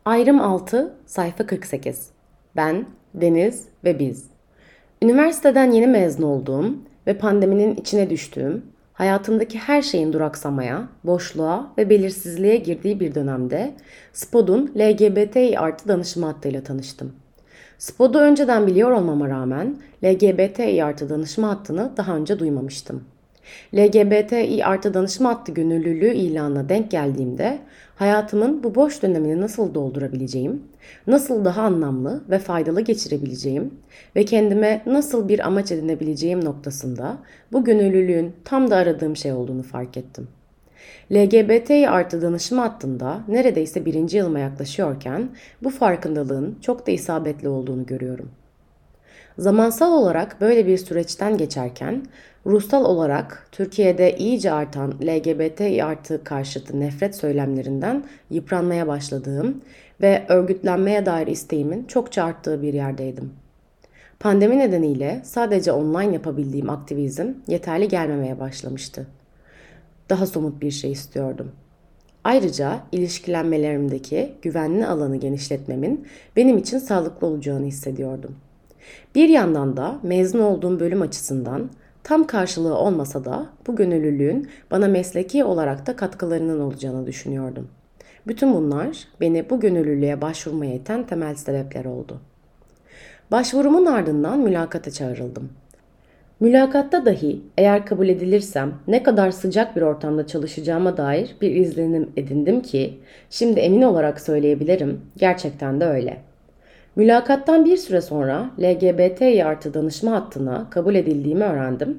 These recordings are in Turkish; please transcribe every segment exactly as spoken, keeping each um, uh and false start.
Ayrım altı, sayfa kırk sekiz. Ben, Deniz ve biz. Üniversiteden yeni mezun olduğum ve pandeminin içine düştüğüm, hayatımdaki her şeyin duraksamaya, boşluğa ve belirsizliğe girdiği bir dönemde SPOD'un L G B T İ artı danışma hattıyla tanıştım. SPOD'u önceden biliyor olmama rağmen L G B T İ artı danışma hattını daha önce duymamıştım. L G B T İ artı danışma hattı gönüllülüğü ilanına denk geldiğimde hayatımın bu boş dönemini nasıl doldurabileceğim, nasıl daha anlamlı ve faydalı geçirebileceğim ve kendime nasıl bir amaç edinebileceğim noktasında bu gönüllülüğün tam da aradığım şey olduğunu fark ettim. L G B T İ artı danışma hattında neredeyse birinci yılıma yaklaşıyorken bu farkındalığın çok da isabetli olduğunu görüyorum. Zamansal olarak böyle bir süreçten geçerken ruhsal olarak Türkiye'de iyice artan L G B T İ artı karşıtı nefret söylemlerinden yıpranmaya başladığım ve örgütlenmeye dair isteğimin çokça arttığı bir yerdeydim. Pandemi nedeniyle sadece online yapabildiğim aktivizm yeterli gelmemeye başlamıştı. Daha somut bir şey istiyordum. Ayrıca ilişkilenmelerimdeki güvenli alanı genişletmemin benim için sağlıklı olacağını hissediyordum. Bir yandan da mezun olduğum bölüm açısından tam karşılığı olmasa da bu gönüllülüğün bana mesleki olarak da katkılarının olacağını düşünüyordum. Bütün bunlar beni bu gönüllülüğe başvurmaya iten temel sebepler oldu. Başvurumun ardından mülakata çağrıldım. Mülakatta dahi eğer kabul edilirsem ne kadar sıcak bir ortamda çalışacağıma dair bir izlenim edindim ki şimdi emin olarak söyleyebilirim, gerçekten de öyle. Mülakattan bir süre sonra L G B T İ artı danışma hattına kabul edildiğimi öğrendim.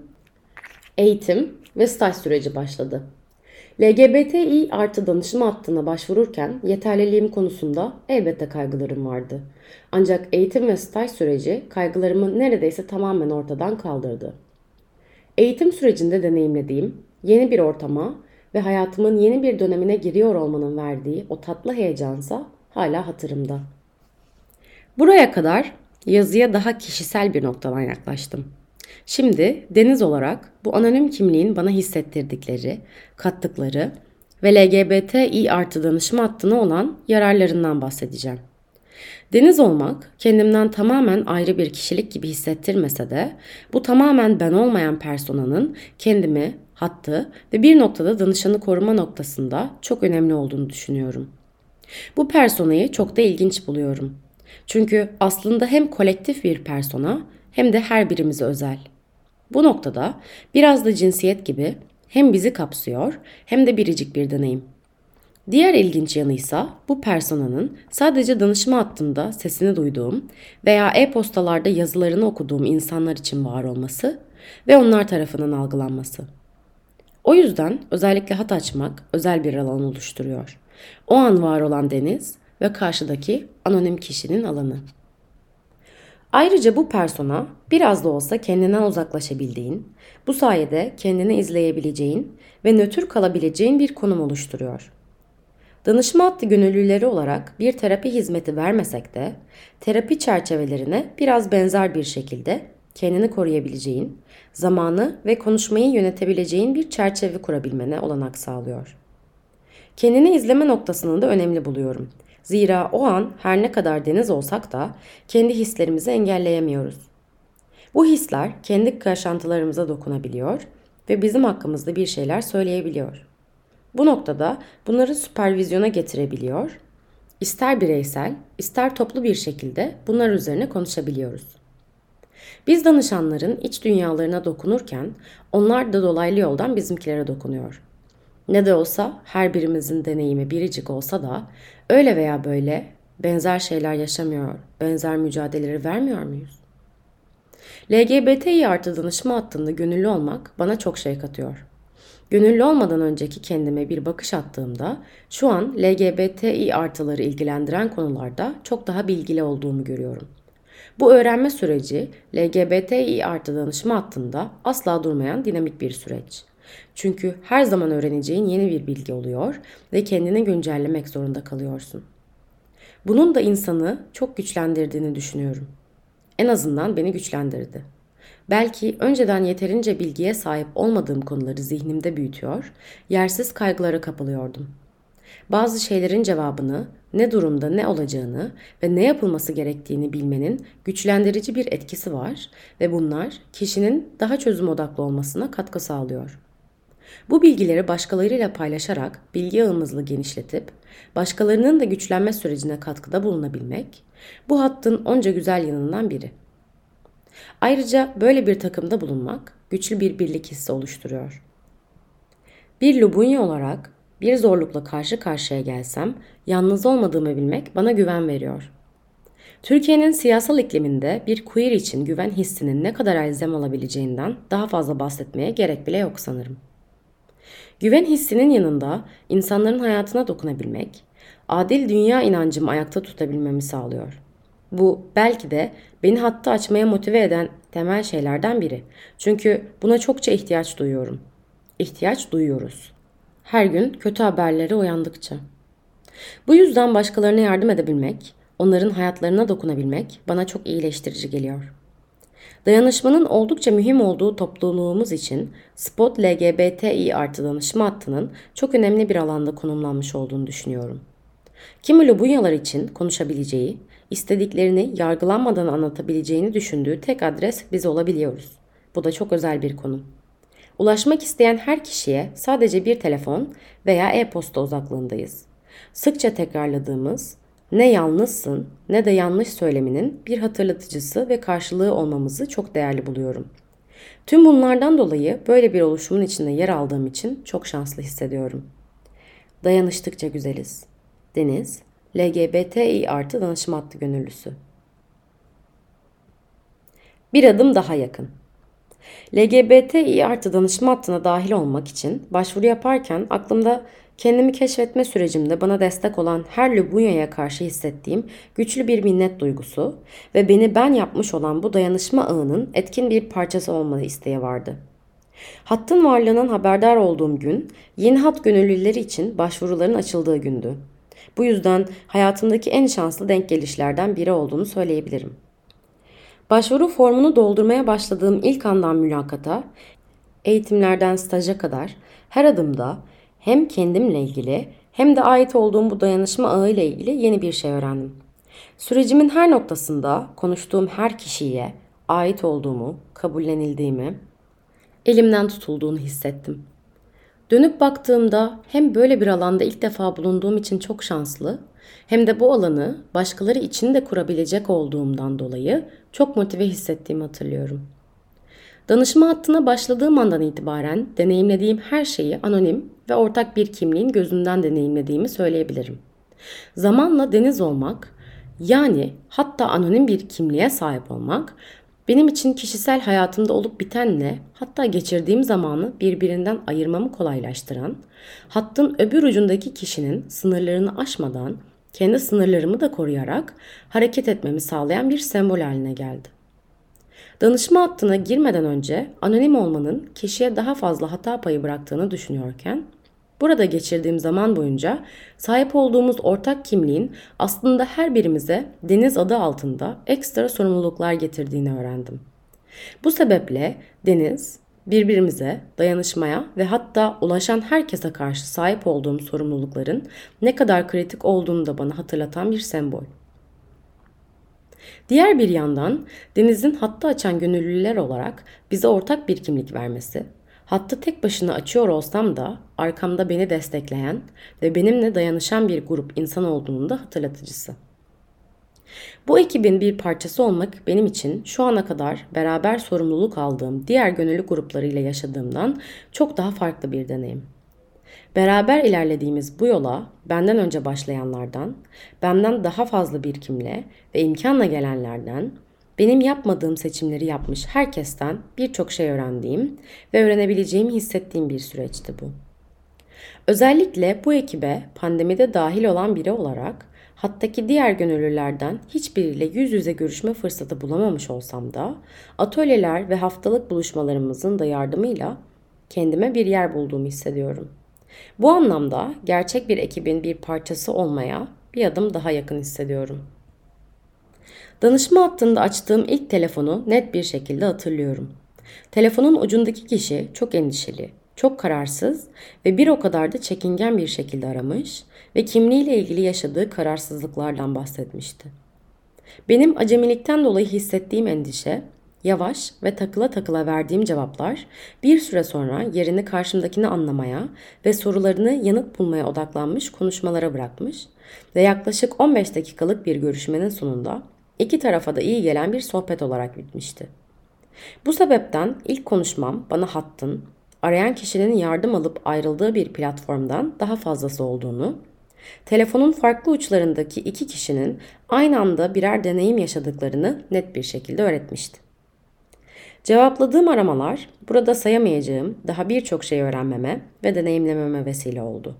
Eğitim ve staj süreci başladı. L G B T İ artı danışma hattına başvururken yeterliliğim konusunda elbette kaygılarım vardı. Ancak eğitim ve staj süreci kaygılarımı neredeyse tamamen ortadan kaldırdı. Eğitim sürecinde deneyimlediğim yeni bir ortama ve hayatımın yeni bir dönemine giriyor olmanın verdiği o tatlı heyecansa hala hatırımda. Buraya kadar yazıya daha kişisel bir noktadan yaklaştım. Şimdi Deniz olarak bu anonim kimliğin bana hissettirdikleri, kattıkları ve L G B T İ artı danışma hattına olan yararlarından bahsedeceğim. Deniz olmak kendimden tamamen ayrı bir kişilik gibi hissettirmese de bu tamamen ben olmayan personanın kendimi, hattı ve bir noktada danışanı koruma noktasında çok önemli olduğunu düşünüyorum. Bu personayı çok da ilginç buluyorum. Çünkü aslında hem kolektif bir persona hem de her birimize özel. Bu noktada biraz da cinsiyet gibi hem bizi kapsıyor hem de biricik bir deneyim. Diğer ilginç yanıysa bu personanın sadece danışma hattında sesini duyduğum veya e-postalarda yazılarını okuduğum insanlar için var olması ve onlar tarafından algılanması. O yüzden özellikle hat açmak özel bir alan oluşturuyor. O an var olan Deniz ve karşıdaki anonim kişinin alanı. Ayrıca bu persona biraz da olsa kendinden uzaklaşabildiğin, bu sayede kendini izleyebileceğin ve nötr kalabileceğin bir konum oluşturuyor. Danışma hattı gönüllüleri olarak bir terapi hizmeti vermesek de terapi çerçevelerine biraz benzer bir şekilde kendini koruyabileceğin, zamanı ve konuşmayı yönetebileceğin bir çerçeve kurabilmene olanak sağlıyor. Kendini izleme noktasını da önemli buluyorum. Zira o an her ne kadar Deniz olsak da kendi hislerimizi engelleyemiyoruz. Bu hisler kendi yaşantılarımıza dokunabiliyor ve bizim hakkımızda bir şeyler söyleyebiliyor. Bu noktada bunları süpervizyona getirebiliyor, ister bireysel, ister toplu bir şekilde bunlar üzerine konuşabiliyoruz. Biz danışanların iç dünyalarına dokunurken onlar da dolaylı yoldan bizimkilere dokunuyor. Ne de olsa her birimizin deneyimi biricik olsa da öyle veya böyle benzer şeyler yaşamıyor, benzer mücadeleleri vermiyor muyuz? L G B T İ artı danışma hattında gönüllü olmak bana çok şey katıyor. Gönüllü olmadan önceki kendime bir bakış attığımda şu an L G B T İ artıları ilgilendiren konularda çok daha bilgili olduğumu görüyorum. Bu öğrenme süreci L G B T İ artı danışma hattında asla durmayan dinamik bir süreç. Çünkü her zaman öğreneceğin yeni bir bilgi oluyor ve kendini güncellemek zorunda kalıyorsun. Bunun da insanı çok güçlendirdiğini düşünüyorum. En azından beni güçlendirdi. Belki önceden yeterince bilgiye sahip olmadığım konuları zihnimde büyütüyor, yersiz kaygılara kapılıyordum. Bazı şeylerin cevabını, ne durumda ne olacağını ve ne yapılması gerektiğini bilmenin güçlendirici bir etkisi var ve bunlar kişinin daha çözüm odaklı olmasına katkı sağlıyor. Bu bilgileri başkalarıyla paylaşarak bilgi ağımızı genişletip başkalarının da güçlenme sürecine katkıda bulunabilmek bu hattın onca güzel yanından biri. Ayrıca böyle bir takımda bulunmak güçlü bir birlik hissi oluşturuyor. Bir Lubunya olarak bir zorlukla karşı karşıya gelsem yalnız olmadığımı bilmek bana güven veriyor. Türkiye'nin siyasal ikliminde bir queer için güven hissinin ne kadar elzem olabileceğinden daha fazla bahsetmeye gerek bile yok sanırım. Güven hissinin yanında insanların hayatına dokunabilmek, adil dünya inancımı ayakta tutabilmemi sağlıyor. Bu belki de beni hattı açmaya motive eden temel şeylerden biri. Çünkü buna çokça ihtiyaç duyuyorum. İhtiyaç duyuyoruz. Her gün kötü haberlere uyandıkça. Bu yüzden başkalarına yardım edebilmek, onların hayatlarına dokunabilmek bana çok iyileştirici geliyor. Dayanışmanın oldukça mühim olduğu topluluğumuz için Spot L G B T İ artı danışma hattının çok önemli bir alanda konumlanmış olduğunu düşünüyorum. Kimi Lubunyalar için konuşabileceği, istediklerini yargılanmadan anlatabileceğini düşündüğü tek adres biz olabiliyoruz. Bu da çok özel bir konum. Ulaşmak isteyen her kişiye sadece bir telefon veya e-posta uzaklığındayız. Sıkça tekrarladığımız ne yalnızsın ne de yanlış söyleminin bir hatırlatıcısı ve karşılığı olmamızı çok değerli buluyorum. Tüm bunlardan dolayı böyle bir oluşumun içinde yer aldığım için çok şanslı hissediyorum. Dayanıştıkça güzeliz. Deniz, L G B T İ artı danışma hattı gönüllüsü. Bir adım daha yakın. L G B T İ artı danışma hattına dahil olmak için başvuru yaparken aklımda kendimi keşfetme sürecimde bana destek olan her Lubunya'ya karşı hissettiğim güçlü bir minnet duygusu ve beni ben yapmış olan bu dayanışma ağının etkin bir parçası olma isteği vardı. Hattın varlığından haberdar olduğum gün yeni hat gönüllüleri için başvuruların açıldığı gündü. Bu yüzden hayatımdaki en şanslı denk gelişlerden biri olduğunu söyleyebilirim. Başvuru formunu doldurmaya başladığım ilk andan mülakata, eğitimlerden staja kadar her adımda hem kendimle ilgili hem de ait olduğum bu dayanışma ağı ile ilgili yeni bir şey öğrendim. Sürecimin her noktasında konuştuğum her kişiye ait olduğumu, kabullenildiğimi, elimden tutulduğunu hissettim. Dönüp baktığımda hem böyle bir alanda ilk defa bulunduğum için çok şanslı, hem de bu alanı başkaları için de kurabilecek olduğumdan dolayı çok motive hissettiğimi hatırlıyorum. Danışma hattına başladığım andan itibaren deneyimlediğim her şeyi anonim ve ortak bir kimliğin gözünden deneyimlediğimi söyleyebilirim. Zamanla deniz olmak, yani hatta anonim bir kimliğe sahip olmak, benim için kişisel hayatımda olup bitenle hatta geçirdiğim zamanı birbirinden ayırmamı kolaylaştıran, hattın öbür ucundaki kişinin sınırlarını aşmadan kendi sınırlarımı da koruyarak hareket etmemi sağlayan bir sembol haline geldi. Danışma hattına girmeden önce anonim olmanın kişiye daha fazla hata payı bıraktığını düşünüyorken, burada geçirdiğim zaman boyunca sahip olduğumuz ortak kimliğin aslında her birimize Deniz adı altında ekstra sorumluluklar getirdiğini öğrendim. Bu sebeple Deniz, birbirimize, dayanışmaya ve hatta ulaşan herkese karşı sahip olduğum sorumlulukların ne kadar kritik olduğunu da bana hatırlatan bir sembol. Diğer bir yandan Deniz'in hattı açan gönüllüler olarak bize ortak bir kimlik vermesi, hattı tek başına açıyor olsam da arkamda beni destekleyen ve benimle dayanışan bir grup insan olduğunun da hatırlatıcısı. Bu ekibin bir parçası olmak benim için şu ana kadar beraber sorumluluk aldığım diğer gönüllü gruplarıyla yaşadığımdan çok daha farklı bir deneyim. Beraber ilerlediğimiz bu yola benden önce başlayanlardan, benden daha fazla birikimle ve imkanla gelenlerden, benim yapmadığım seçimleri yapmış herkesten birçok şey öğrendiğim ve öğrenebileceğimi hissettiğim bir süreçti bu. Özellikle bu ekibe pandemide dahil olan biri olarak hattaki diğer gönüllülerden hiçbiriyle yüz yüze görüşme fırsatı bulamamış olsam da atölyeler ve haftalık buluşmalarımızın da yardımıyla kendime bir yer bulduğumu hissediyorum. Bu anlamda gerçek bir ekibin bir parçası olmaya bir adım daha yakın hissediyorum. Danışma hattında açtığım ilk telefonu net bir şekilde hatırlıyorum. Telefonun ucundaki kişi çok endişeli, Çok kararsız ve bir o kadar da çekingen bir şekilde aramış ve kimliğiyle ilgili yaşadığı kararsızlıklardan bahsetmişti. Benim acemilikten dolayı hissettiğim endişe, yavaş ve takıla takıla verdiğim cevaplar bir süre sonra yerini karşımdakini anlamaya ve sorularını yanıt bulmaya odaklanmış konuşmalara bırakmış ve yaklaşık on beş dakikalık bir görüşmenin sonunda iki tarafa da iyi gelen bir sohbet olarak bitmişti. Bu sebepten ilk konuşmam bana hattın, arayan kişinin yardım alıp ayrıldığı bir platformdan daha fazlası olduğunu, telefonun farklı uçlarındaki iki kişinin aynı anda birer deneyim yaşadıklarını net bir şekilde öğretmişti. Cevapladığım aramalar burada sayamayacağım daha birçok şey öğrenmeme ve deneyimlememe vesile oldu.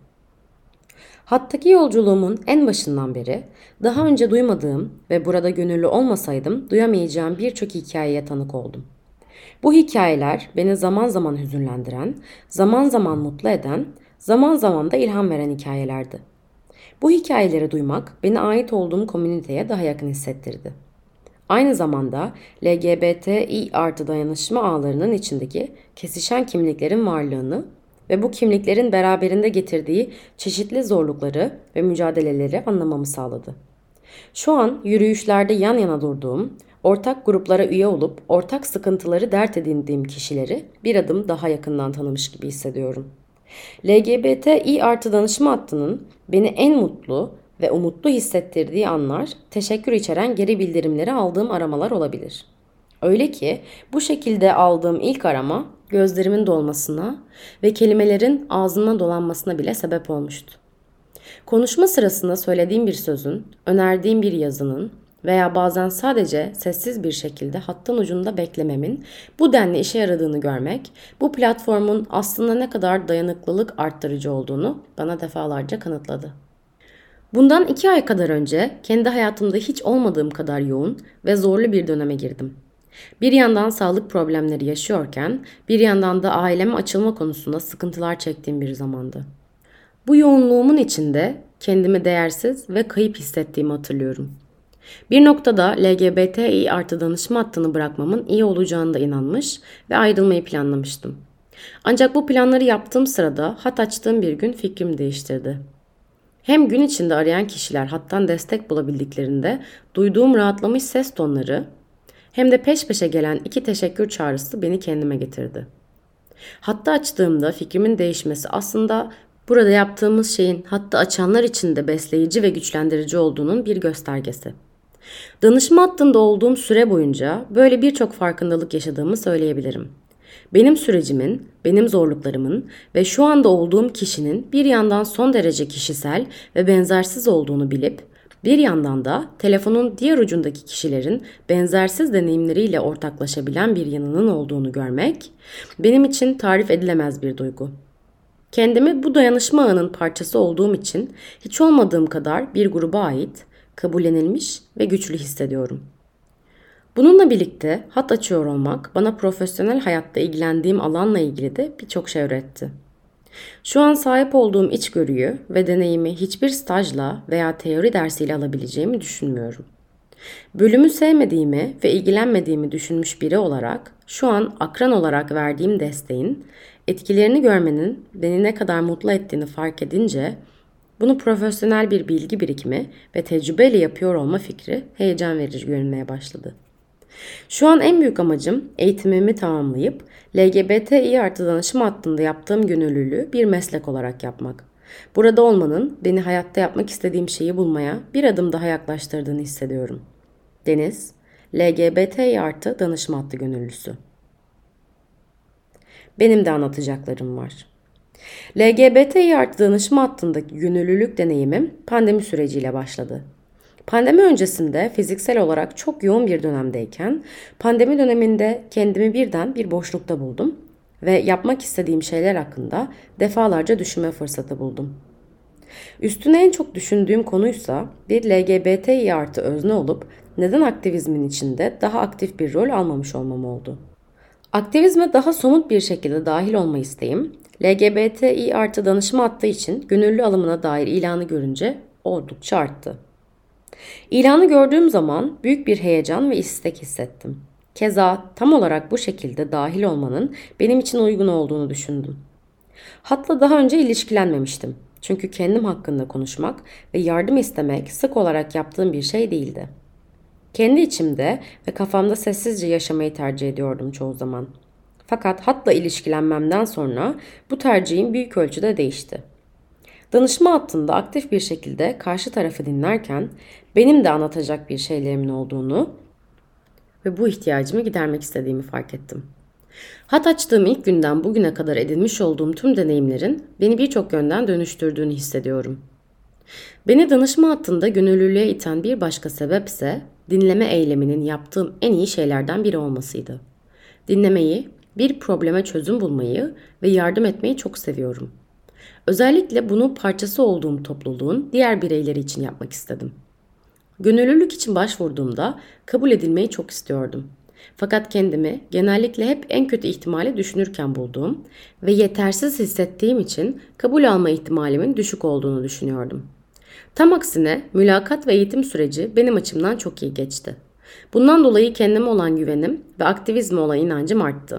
Hattaki yolculuğumun en başından beri daha önce duymadığım ve burada gönüllü olmasaydım duyamayacağım birçok hikayeye tanık oldum. Bu hikayeler beni zaman zaman hüzünlendiren, zaman zaman mutlu eden, zaman zaman da ilham veren hikayelerdi. Bu hikayeleri duymak beni ait olduğum komüniteye daha yakın hissettirdi. Aynı zamanda L G B T İ artı dayanışma ağlarının içindeki kesişen kimliklerin varlığını ve bu kimliklerin beraberinde getirdiği çeşitli zorlukları ve mücadeleleri anlamamı sağladı. Şu an yürüyüşlerde yan yana durduğum, ortak gruplara üye olup ortak sıkıntıları dert edindiğim kişileri bir adım daha yakından tanımış gibi hissediyorum. L G B T İ artı danışma hattının beni en mutlu ve umutlu hissettirdiği anlar teşekkür içeren geri bildirimleri aldığım aramalar olabilir. Öyle ki bu şekilde aldığım ilk arama gözlerimin dolmasına ve kelimelerin ağzıma dolanmasına bile sebep olmuştu. Konuşma sırasında söylediğim bir sözün, önerdiğim bir yazının veya bazen sadece sessiz bir şekilde hattın ucunda beklememin bu denli işe yaradığını görmek, bu platformun aslında ne kadar dayanıklılık arttırıcı olduğunu bana defalarca kanıtladı. Bundan iki ay kadar önce kendi hayatımda hiç olmadığım kadar yoğun ve zorlu bir döneme girdim. Bir yandan sağlık problemleri yaşıyorken bir yandan da aileme açılma konusunda sıkıntılar çektiğim bir zamandı. Bu yoğunluğumun içinde kendimi değersiz ve kayıp hissettiğimi hatırlıyorum. Bir noktada L G B T İ artı danışma hattını bırakmamın iyi olacağına da inanmış ve ayrılmayı planlamıştım. Ancak bu planları yaptığım sırada hat açtığım bir gün fikrimi değiştirdi. Hem gün içinde arayan kişiler hattan destek bulabildiklerinde duyduğum rahatlamış ses tonları hem de peş peşe gelen iki teşekkür çağrısı beni kendime getirdi. Hattı açtığımda fikrimin değişmesi aslında burada yaptığımız şeyin hattı açanlar için de besleyici ve güçlendirici olduğunun bir göstergesi. Danışma hattında olduğum süre boyunca böyle birçok farkındalık yaşadığımı söyleyebilirim. Benim sürecimin, benim zorluklarımın ve şu anda olduğum kişinin bir yandan son derece kişisel ve benzersiz olduğunu bilip, bir yandan da telefonun diğer ucundaki kişilerin benzersiz deneyimleriyle ortaklaşabilen bir yanının olduğunu görmek, benim için tarif edilemez bir duygu. Kendimi bu dayanışma ağının parçası olduğum için hiç olmadığım kadar bir gruba ait, kabullenilmiş ve güçlü hissediyorum. Bununla birlikte hat açıyor olmak bana profesyonel hayatta ilgilendiğim alanla ilgili de birçok şey öğretti. Şu an sahip olduğum içgörüyü ve deneyimi hiçbir stajla veya teori dersiyle alabileceğimi düşünmüyorum. Bölümü sevmediğimi ve ilgilenmediğimi düşünmüş biri olarak şu an akran olarak verdiğim desteğin etkilerini görmenin beni ne kadar mutlu ettiğini fark edince bunu profesyonel bir bilgi birikimi ve tecrübeyle yapıyor olma fikri heyecan verici görünmeye başladı. Şu an en büyük amacım eğitimimi tamamlayıp L G B T İ artı danışma hattında yaptığım gönüllülüğü bir meslek olarak yapmak. Burada olmanın beni hayatta yapmak istediğim şeyi bulmaya bir adım daha yaklaştırdığını hissediyorum. Deniz, L G B T İ artı danışma hattı gönüllüsü. Benim de anlatacaklarım var. L G B T İ artı danışma hattındaki gönüllülük deneyimim pandemi süreciyle başladı. Pandemi öncesinde fiziksel olarak çok yoğun bir dönemdeyken pandemi döneminde kendimi birden bir boşlukta buldum ve yapmak istediğim şeyler hakkında defalarca düşünme fırsatı buldum. Üstüne en çok düşündüğüm konuysa bir L G B T İ artı özne olup neden aktivizmin içinde daha aktif bir rol almamış olmam oldu. Aktivizme daha somut bir şekilde dahil olma isteğim L G B T İ artı danışma hattı için gönüllü alımına dair ilanı görünce oldukça arttı. İlanı gördüğüm zaman büyük bir heyecan ve istek hissettim. Keza tam olarak bu şekilde dahil olmanın benim için uygun olduğunu düşündüm. Hatla daha önce ilişkilenmemiştim. Çünkü kendim hakkında konuşmak ve yardım istemek sık olarak yaptığım bir şey değildi. Kendi içimde ve kafamda sessizce yaşamayı tercih ediyordum çoğu zaman. Fakat hatla ilişkilenmemden sonra bu tercihim büyük ölçüde değişti. Danışma hattında aktif bir şekilde karşı tarafı dinlerken benim de anlatacak bir şeylerimin olduğunu ve bu ihtiyacımı gidermek istediğimi fark ettim. Hat açtığım ilk günden bugüne kadar edinmiş olduğum tüm deneyimlerin beni birçok yönden dönüştürdüğünü hissediyorum. Beni danışma hattında gönüllülüğe iten bir başka sebepse dinleme eyleminin yaptığım en iyi şeylerden biri olmasıydı. Dinlemeyi, bir probleme çözüm bulmayı ve yardım etmeyi çok seviyorum. Özellikle bunu parçası olduğum topluluğun diğer bireyleri için yapmak istedim. Gönüllülük için başvurduğumda kabul edilmeyi çok istiyordum. Fakat kendimi genellikle hep en kötü ihtimali düşünürken bulduğum ve yetersiz hissettiğim için kabul alma ihtimalimin düşük olduğunu düşünüyordum. Tam aksine mülakat ve eğitim süreci benim açımdan çok iyi geçti. Bundan dolayı kendime olan güvenim ve aktivizme olan inancım arttı.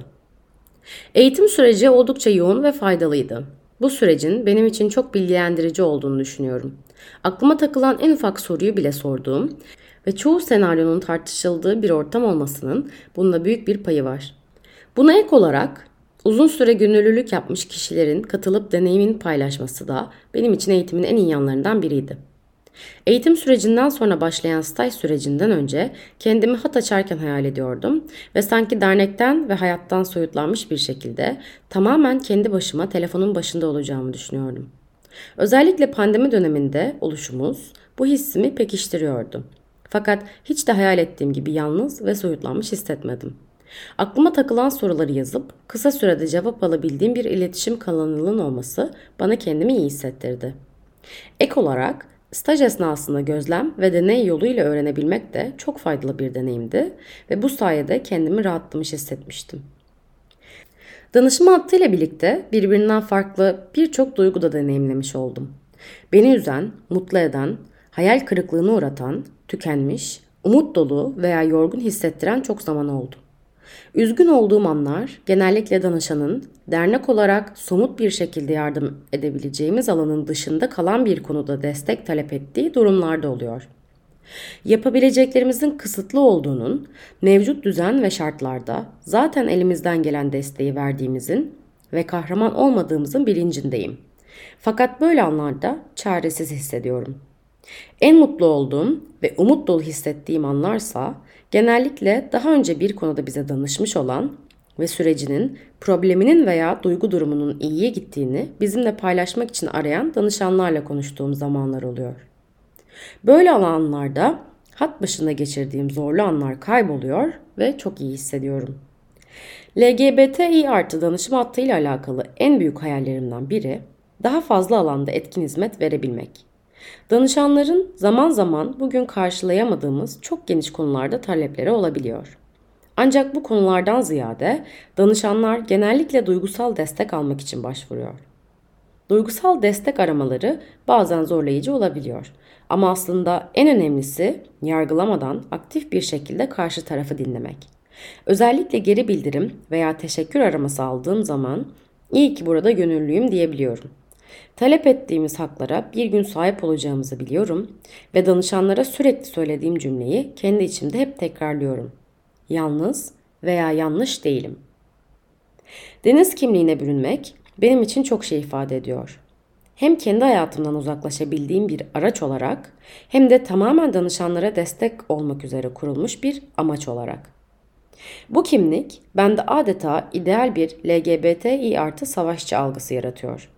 Eğitim süreci oldukça yoğun ve faydalıydı. Bu sürecin benim için çok bilgilendirici olduğunu düşünüyorum. Aklıma takılan en ufak soruyu bile sorduğum ve çoğu senaryonun tartışıldığı bir ortam olmasının bunda büyük bir payı var. Buna ek olarak uzun süre gönüllülük yapmış kişilerin katılıp deneyimini paylaşması da benim için eğitimin en iyi yanlarından biriydi. Eğitim sürecinden sonra başlayan staj sürecinden önce kendimi hat açarken hayal ediyordum ve sanki dernekten ve hayattan soyutlanmış bir şekilde tamamen kendi başıma telefonun başında olacağımı düşünüyordum. Özellikle pandemi döneminde oluşumuz bu hissimi pekiştiriyordu. Fakat hiç de hayal ettiğim gibi yalnız ve soyutlanmış hissetmedim. Aklıma takılan soruları yazıp kısa sürede cevap alabildiğim bir iletişim kanalının olması bana kendimi iyi hissettirdi. Ek olarak staj esnasında gözlem ve deney yoluyla öğrenebilmek de çok faydalı bir deneyimdi ve bu sayede kendimi rahatlamış hissetmiştim. Danışma hattıyla birlikte birbirinden farklı birçok duygu da deneyimlemiş oldum. Beni üzen, mutlu eden, hayal kırıklığına uğratan, tükenmiş, umut dolu veya yorgun hissettiren çok zaman oldu. Üzgün olduğum anlar genellikle danışanın dernek olarak somut bir şekilde yardım edebileceğimiz alanın dışında kalan bir konuda destek talep ettiği durumlarda oluyor. Yapabileceklerimizin kısıtlı olduğunun, mevcut düzen ve şartlarda zaten elimizden gelen desteği verdiğimizin ve kahraman olmadığımızın bilincindeyim. Fakat böyle anlarda çaresiz hissediyorum. En mutlu olduğum ve umut dolu hissettiğim anlarsa genellikle daha önce bir konuda bize danışmış olan ve sürecinin, probleminin veya duygu durumunun iyiye gittiğini bizimle paylaşmak için arayan danışanlarla konuştuğum zamanlar oluyor. Böyle anlarda hat başında geçirdiğim zorlu anlar kayboluyor ve çok iyi hissediyorum. L G B T İ artı danışma hattıyla alakalı en büyük hayallerimden biri daha fazla alanda etkin hizmet verebilmek. Danışanların zaman zaman bugün karşılayamadığımız çok geniş konularda talepleri olabiliyor. Ancak bu konulardan ziyade danışanlar genellikle duygusal destek almak için başvuruyor. Duygusal destek aramaları bazen zorlayıcı olabiliyor. Ama aslında en önemlisi yargılamadan aktif bir şekilde karşı tarafı dinlemek. Özellikle geri bildirim veya teşekkür araması aldığım zaman iyi ki burada gönüllüyüm diyebiliyorum. Talep ettiğimiz haklara bir gün sahip olacağımızı biliyorum ve danışanlara sürekli söylediğim cümleyi kendi içimde hep tekrarlıyorum. Yalnız veya yanlış değilim. Deniz kimliğine bürünmek benim için çok şey ifade ediyor. Hem kendi hayatımdan uzaklaşabildiğim bir araç olarak hem de tamamen danışanlara destek olmak üzere kurulmuş bir amaç olarak. Bu kimlik bende adeta ideal bir L G B T İ artı savaşçı algısı yaratıyor.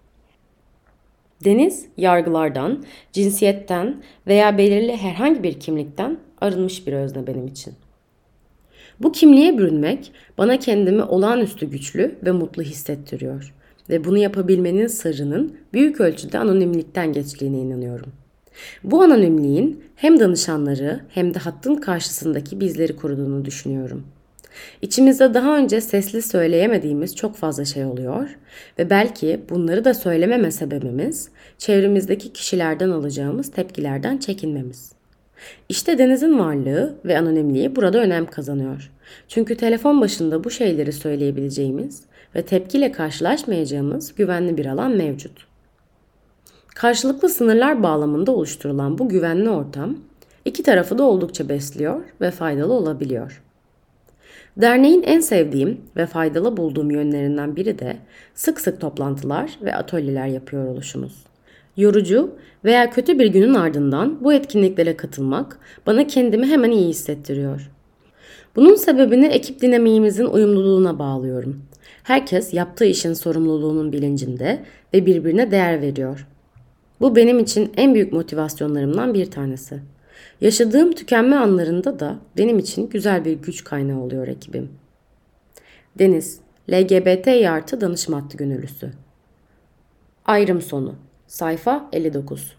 Deniz, yargılardan, cinsiyetten veya belirli herhangi bir kimlikten arınmış bir özne benim için. Bu kimliğe bürünmek bana kendimi olağanüstü güçlü ve mutlu hissettiriyor ve bunu yapabilmenin sırrının büyük ölçüde anonimlikten geçtiğine inanıyorum. Bu anonimliğin hem danışanları hem de hattın karşısındaki bizleri koruduğunu düşünüyorum. İçimizde daha önce sesli söyleyemediğimiz çok fazla şey oluyor ve belki bunları da söylememe sebebimiz çevremizdeki kişilerden alacağımız tepkilerden çekinmemiz. İşte Deniz'in varlığı ve anonimliği burada önem kazanıyor. Çünkü telefon başında bu şeyleri söyleyebileceğimiz ve tepkiyle karşılaşmayacağımız güvenli bir alan mevcut. Karşılıklı sınırlar bağlamında oluşturulan bu güvenli ortam, iki tarafı da oldukça besliyor ve faydalı olabiliyor. Derneğin en sevdiğim ve faydalı bulduğum yönlerinden biri de sık sık toplantılar ve atölyeler yapıyor oluşumuz. Yorucu veya kötü bir günün ardından bu etkinliklere katılmak bana kendimi hemen iyi hissettiriyor. Bunun sebebini ekip dinamiğimizin uyumluluğuna bağlıyorum. Herkes yaptığı işin sorumluluğunun bilincinde ve birbirine değer veriyor. Bu benim için en büyük motivasyonlarımdan bir tanesi. Yaşadığım tükenme anlarında da benim için güzel bir güç kaynağı oluyor ekibim. Deniz, L G B T artı danışma hattı gönüllüsü. Ayrım sonu. Sayfa elli dokuz.